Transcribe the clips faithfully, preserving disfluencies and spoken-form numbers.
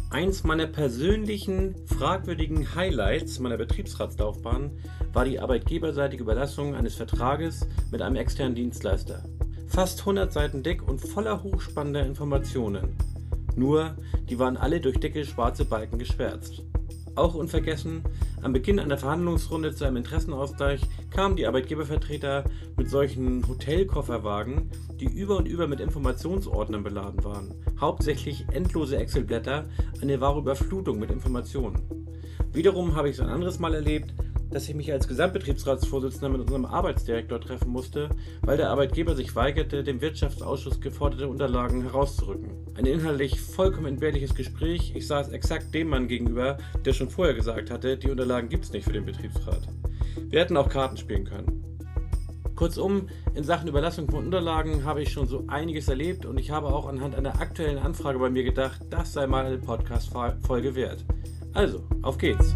Eins meiner persönlichen fragwürdigen Highlights meiner Betriebsratslaufbahn war die arbeitgeberseitige Überlassung eines Vertrages mit einem externen Dienstleister. Fast hundert Seiten dick und voller hochspannender Informationen. Nur, die waren alle durch dicke schwarze Balken geschwärzt. Auch unvergessen, am Beginn einer Verhandlungsrunde zu einem Interessenausgleich kamen die Arbeitgebervertreter mit solchen Hotelkofferwagen, die über und über mit Informationsordnern beladen waren. Hauptsächlich endlose Excel-Blätter, eine wahre Überflutung mit Informationen. Wiederum habe ich es ein anderes Mal erlebt, dass ich mich als Gesamtbetriebsratsvorsitzender mit unserem Arbeitsdirektor treffen musste, weil der Arbeitgeber sich weigerte, dem Wirtschaftsausschuss geforderte Unterlagen herauszurücken. Ein inhaltlich vollkommen entbehrliches Gespräch, ich saß exakt dem Mann gegenüber, der schon vorher gesagt hatte, die Unterlagen gibt's nicht für den Betriebsrat. Wir hätten auch Karten spielen können. Kurzum, in Sachen Überlassung von Unterlagen habe ich schon so einiges erlebt und ich habe auch anhand einer aktuellen Anfrage bei mir gedacht, das sei mal eine Podcast-Folge wert. Also, auf geht's!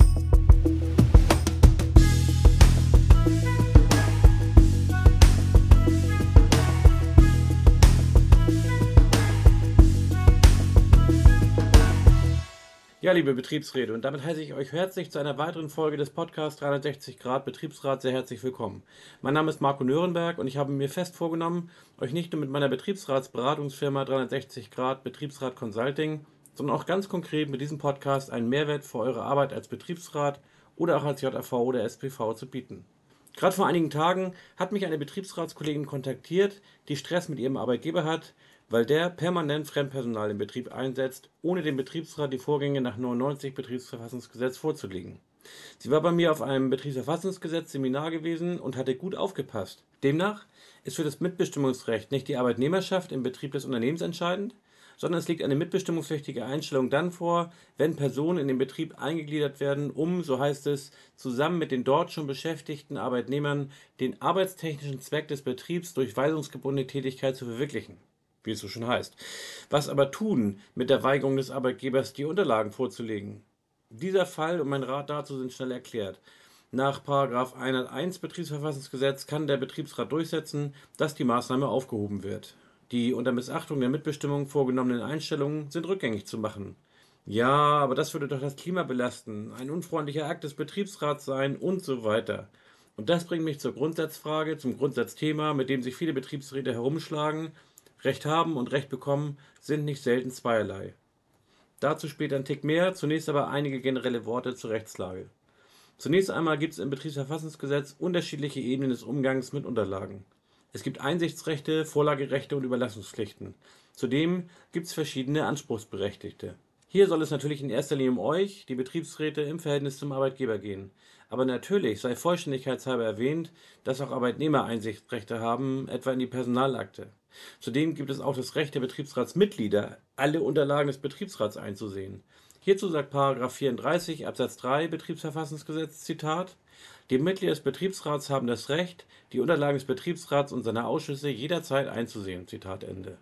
Ja, liebe Betriebsräte, und damit heiße ich euch herzlich zu einer weiteren Folge des Podcasts dreihundertsechzig Grad Betriebsrat sehr herzlich willkommen. Mein Name ist Marco Nürnberg und ich habe mir fest vorgenommen, euch nicht nur mit meiner Betriebsratsberatungsfirma dreihundertsechzig Grad Betriebsrat Consulting, sondern auch ganz konkret mit diesem Podcast einen Mehrwert für eure Arbeit als Betriebsrat oder auch als J A V oder S P V zu bieten. Gerade vor einigen Tagen hat mich eine Betriebsratskollegin kontaktiert, die Stress mit ihrem Arbeitgeber hat, weil der permanent Fremdpersonal im Betrieb einsetzt, ohne dem Betriebsrat die Vorgänge nach neunundneunzig Betriebsverfassungsgesetz vorzulegen. Sie war bei mir auf einem Betriebsverfassungsgesetz-Seminar gewesen und hatte gut aufgepasst. Demnach ist für das Mitbestimmungsrecht nicht die Arbeitnehmerschaft im Betrieb des Unternehmens entscheidend, sondern es liegt eine mitbestimmungspflichtige Einstellung dann vor, wenn Personen in den Betrieb eingegliedert werden, um, so heißt es, zusammen mit den dort schon beschäftigten Arbeitnehmern den arbeitstechnischen Zweck des Betriebs durch weisungsgebundene Tätigkeit zu verwirklichen. Wie es so schon heißt. Was aber tun mit der Weigerung des Arbeitgebers, die Unterlagen vorzulegen? Dieser Fall und mein Rat dazu sind schnell erklärt. Nach Paragraph hunderteins Betriebsverfassungsgesetz kann der Betriebsrat durchsetzen, dass die Maßnahme aufgehoben wird. Die unter Missachtung der Mitbestimmung vorgenommenen Einstellungen sind rückgängig zu machen. Ja, aber das würde doch das Klima belasten, ein unfreundlicher Akt des Betriebsrats sein und so weiter. Und das bringt mich zur Grundsatzfrage, zum Grundsatzthema, mit dem sich viele Betriebsräte herumschlagen. Recht haben und Recht bekommen sind nicht selten zweierlei. Dazu später ein Tick mehr, zunächst aber einige generelle Worte zur Rechtslage. Zunächst einmal gibt es im Betriebsverfassungsgesetz unterschiedliche Ebenen des Umgangs mit Unterlagen. Es gibt Einsichtsrechte, Vorlagerechte und Überlassungspflichten. Zudem gibt es verschiedene Anspruchsberechtigte. Hier soll es natürlich in erster Linie um euch, die Betriebsräte, im Verhältnis zum Arbeitgeber gehen. Aber natürlich sei vollständigkeitshalber erwähnt, dass auch Arbeitnehmer Einsichtsrechte haben, etwa in die Personalakte. Zudem gibt es auch das Recht der Betriebsratsmitglieder, alle Unterlagen des Betriebsrats einzusehen. Hierzu sagt Paragraph vierunddreißig Absatz drei Betriebsverfassungsgesetz, Zitat, die Mitglieder des Betriebsrats haben das Recht, die Unterlagen des Betriebsrats und seiner Ausschüsse jederzeit einzusehen. Zitat Ende.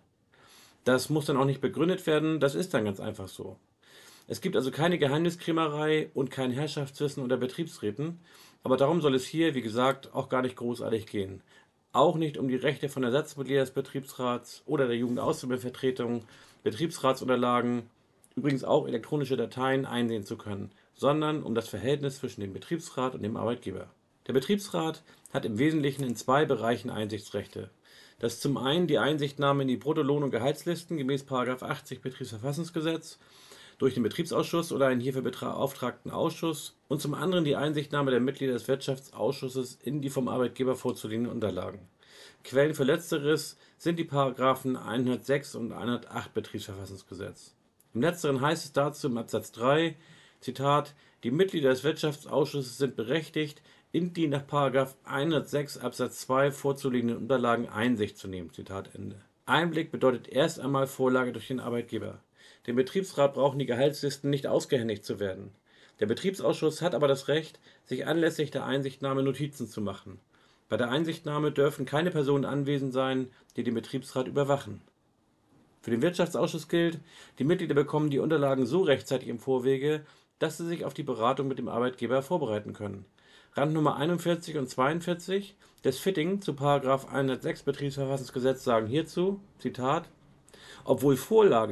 Das muss dann auch nicht begründet werden, das ist dann ganz einfach so. Es gibt also keine Geheimniskrämerei und kein Herrschaftswissen unter Betriebsräten, aber darum soll es hier, wie gesagt, auch gar nicht großartig gehen. Auch nicht um die Rechte von Ersatzmitgliedern des Betriebsrats oder der Jugendauszubildendenvertretung, Betriebsratsunterlagen, übrigens auch elektronische Dateien einsehen zu können, sondern um das Verhältnis zwischen dem Betriebsrat und dem Arbeitgeber. Der Betriebsrat hat im Wesentlichen in zwei Bereichen Einsichtsrechte. Das ist zum einen die Einsichtnahme in die Bruttolohn- und Gehaltslisten gemäß Paragraph achtzig Betriebsverfassungsgesetz durch den Betriebsausschuss oder einen hierfür beauftragten Ausschuss und zum anderen die Einsichtnahme der Mitglieder des Wirtschaftsausschusses in die vom Arbeitgeber vorzulegenden Unterlagen. Quellen für Letzteres sind die Paragraphen hundertsechs und hundertacht Betriebsverfassungsgesetz. Im Letzteren heißt es dazu im Absatz drei, Zitat, die Mitglieder des Wirtschaftsausschusses sind berechtigt, in die nach Paragraph hundertsechs Absatz zwei vorzulegenden Unterlagen Einsicht zu nehmen. Zitat Ende. Einblick bedeutet erst einmal Vorlage durch den Arbeitgeber. Dem Betriebsrat brauchen die Gehaltslisten nicht ausgehändigt zu werden. Der Betriebsausschuss hat aber das Recht, sich anlässlich der Einsichtnahme Notizen zu machen. Bei der Einsichtnahme dürfen keine Personen anwesend sein, die den Betriebsrat überwachen. Für den Wirtschaftsausschuss gilt, die Mitglieder bekommen die Unterlagen so rechtzeitig im Vorwege, dass sie sich auf die Beratung mit dem Arbeitgeber vorbereiten können. Randnummer einundvierzig und zweiundvierzig des Fitting zu Paragraph hundertsechs Betriebsverfassungsgesetz sagen hierzu, Zitat, obwohl Vorlage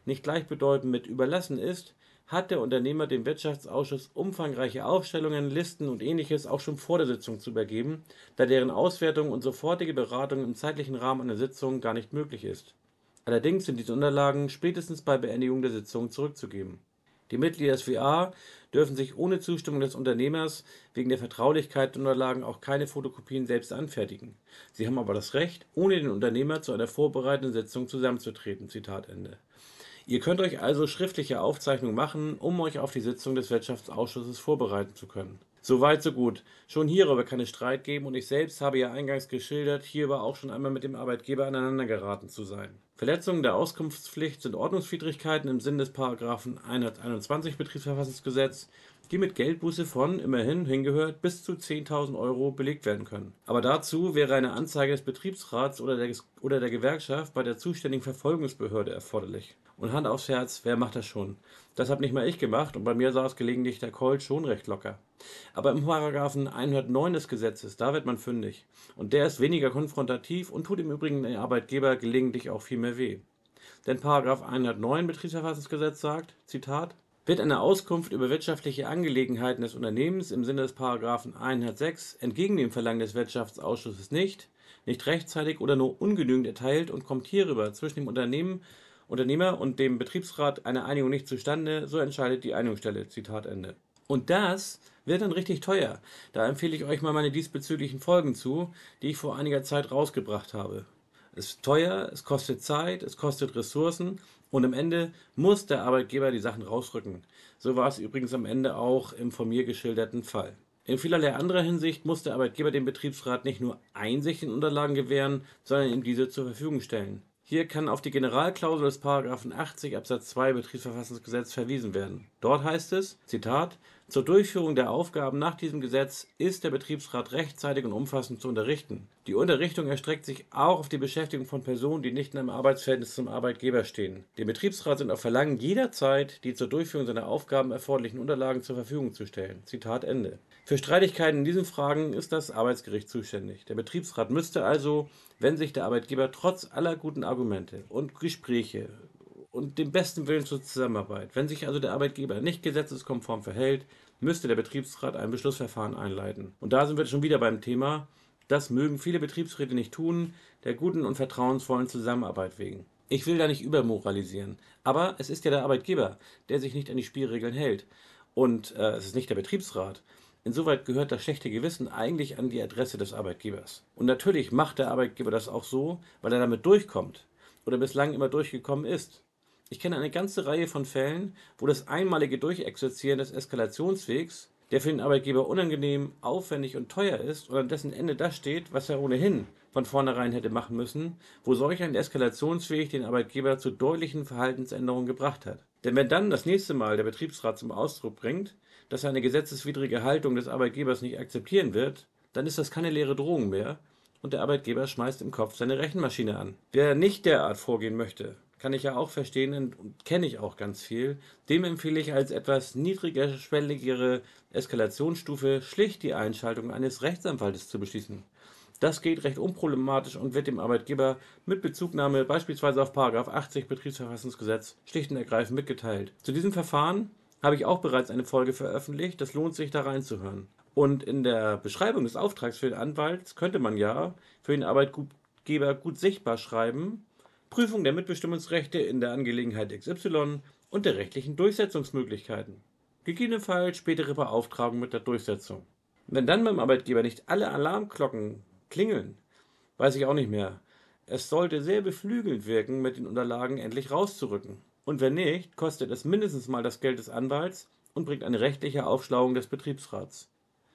nicht gleichbedeutend mit überlassen ist, hat der Unternehmer dem Wirtschaftsausschuss umfangreiche Aufstellungen, Listen und Ähnliches auch schon vor der Sitzung zu übergeben, da deren Auswertung und sofortige Beratung im zeitlichen Rahmen einer Sitzung gar nicht möglich ist. Allerdings sind diese Unterlagen spätestens bei Beendigung der Sitzung zurückzugeben. Die Mitglieder des W A dürfen sich ohne Zustimmung des Unternehmers wegen der Vertraulichkeit der Unterlagen auch keine Fotokopien selbst anfertigen. Sie haben aber das Recht, ohne den Unternehmer zu einer vorbereitenden Sitzung zusammenzutreten. Zitat Ende. Ihr könnt euch also schriftliche Aufzeichnungen machen, um euch auf die Sitzung des Wirtschaftsausschusses vorbereiten zu können. Soweit, so gut. Schon hierüber kann es Streit geben und ich selbst habe ja eingangs geschildert, hierbei auch schon einmal mit dem Arbeitgeber aneinander geraten zu sein. Verletzungen der Auskunftspflicht sind Ordnungswidrigkeiten im Sinne des Paragraphen hunderteinundzwanzig Betriebsverfassungsgesetz, die mit Geldbuße von, immerhin hingehört, bis zu zehntausend Euro belegt werden können. Aber dazu wäre eine Anzeige des Betriebsrats oder der, oder der Gewerkschaft bei der zuständigen Verfolgungsbehörde erforderlich. Und Hand aufs Herz, wer macht das schon? Das habe nicht mal ich gemacht und bei mir saß gelegentlich der Colt schon recht locker. Aber im Paragraphen hundertneun des Gesetzes, da wird man fündig. Und der ist weniger konfrontativ und tut im Übrigen den Arbeitgeber gelegentlich auch viel mehr weh. Denn Paragraph hundertneun Betriebsverfassungsgesetz sagt, Zitat, wird eine Auskunft über wirtschaftliche Angelegenheiten des Unternehmens im Sinne des Paragraphen hundertsechs entgegen dem Verlangen des Wirtschaftsausschusses nicht, nicht rechtzeitig oder nur ungenügend erteilt und kommt hierüber zwischen dem Unternehmen, Unternehmer und dem Betriebsrat eine Einigung nicht zustande, so entscheidet die Einigungsstelle. Zitat Ende. Und das wird dann richtig teuer. Da empfehle ich euch mal meine diesbezüglichen Folgen zu, die ich vor einiger Zeit rausgebracht habe. Es ist teuer, es kostet Zeit, es kostet Ressourcen und am Ende muss der Arbeitgeber die Sachen rausrücken. So war es übrigens am Ende auch im von mir geschilderten Fall. In vielerlei anderer Hinsicht muss der Arbeitgeber dem Betriebsrat nicht nur Einsicht in Unterlagen gewähren, sondern ihm diese zur Verfügung stellen. Hier kann auf die Generalklausel des Paragraphen achtzig Absatz zwei Betriebsverfassungsgesetz verwiesen werden. Dort heißt es, Zitat, zur Durchführung der Aufgaben nach diesem Gesetz ist der Betriebsrat rechtzeitig und umfassend zu unterrichten. Die Unterrichtung erstreckt sich auch auf die Beschäftigung von Personen, die nicht in einem Arbeitsverhältnis zum Arbeitgeber stehen. Dem Betriebsrat sind auf Verlangen jederzeit die zur Durchführung seiner Aufgaben erforderlichen Unterlagen zur Verfügung zu stellen. Zitat Ende. Für Streitigkeiten in diesen Fragen ist das Arbeitsgericht zuständig. Der Betriebsrat müsste also, wenn sich der Arbeitgeber trotz aller guten Argumente und Gespräche und dem besten Willen zur Zusammenarbeit, wenn sich also der Arbeitgeber nicht gesetzeskonform verhält, müsste der Betriebsrat ein Beschlussverfahren einleiten. Und da sind wir schon wieder beim Thema, das mögen viele Betriebsräte nicht tun, der guten und vertrauensvollen Zusammenarbeit wegen. Ich will da nicht übermoralisieren, aber es ist ja der Arbeitgeber, der sich nicht an die Spielregeln hält. Und äh, es ist nicht der Betriebsrat. Insoweit gehört das schlechte Gewissen eigentlich an die Adresse des Arbeitgebers. Und natürlich macht der Arbeitgeber das auch so, weil er damit durchkommt oder bislang immer durchgekommen ist. Ich kenne eine ganze Reihe von Fällen, wo das einmalige Durchexerzieren des Eskalationswegs, der für den Arbeitgeber unangenehm, aufwendig und teuer ist und an dessen Ende das steht, was er ohnehin von vornherein hätte machen müssen, wo solch ein Eskalationsweg den Arbeitgeber zu deutlichen Verhaltensänderungen gebracht hat. Denn wenn dann das nächste Mal der Betriebsrat zum Ausdruck bringt, dass er eine gesetzeswidrige Haltung des Arbeitgebers nicht akzeptieren wird, dann ist das keine leere Drohung mehr und der Arbeitgeber schmeißt im Kopf seine Rechenmaschine an. Wer nicht derart vorgehen möchte, kann ich ja auch verstehen und kenne ich auch ganz viel, dem empfehle ich als etwas niedrigerschwelligere Eskalationsstufe schlicht die Einschaltung eines Rechtsanwaltes zu beschließen. Das geht recht unproblematisch und wird dem Arbeitgeber mit Bezugnahme beispielsweise auf Paragraph achtzig Betriebsverfassungsgesetz schlicht und ergreifend mitgeteilt. Zu diesem Verfahren habe ich auch bereits eine Folge veröffentlicht, das lohnt sich da reinzuhören. Und in der Beschreibung des Auftrags für den Anwalt könnte man ja für den Arbeitgeber gut sichtbar schreiben, Prüfung der Mitbestimmungsrechte in der Angelegenheit X Y und der rechtlichen Durchsetzungsmöglichkeiten. Gegebenenfalls spätere Beauftragung mit der Durchsetzung. Wenn dann beim Arbeitgeber nicht alle Alarmglocken klingeln, weiß ich auch nicht mehr. Es sollte sehr beflügelnd wirken, mit den Unterlagen endlich rauszurücken. Und wenn nicht, kostet es mindestens mal das Geld des Anwalts und bringt eine rechtliche Aufschlauung des Betriebsrats.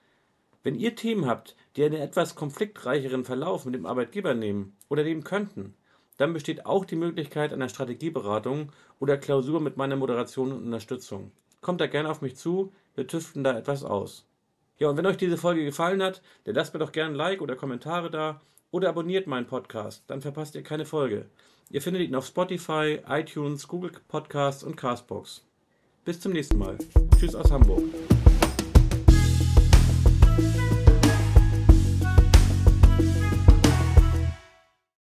Wenn ihr Themen habt, die einen etwas konfliktreicheren Verlauf mit dem Arbeitgeber nehmen oder nehmen könnten, dann besteht auch die Möglichkeit einer Strategieberatung oder Klausur mit meiner Moderation und Unterstützung. Kommt da gerne auf mich zu, wir tüften da etwas aus. Ja, und wenn euch diese Folge gefallen hat, dann lasst mir doch gerne ein Like oder Kommentare da oder abonniert meinen Podcast, dann verpasst ihr keine Folge. Ihr findet ihn auf Spotify, iTunes, Google Podcasts und Castbox. Bis zum nächsten Mal. Tschüss aus Hamburg.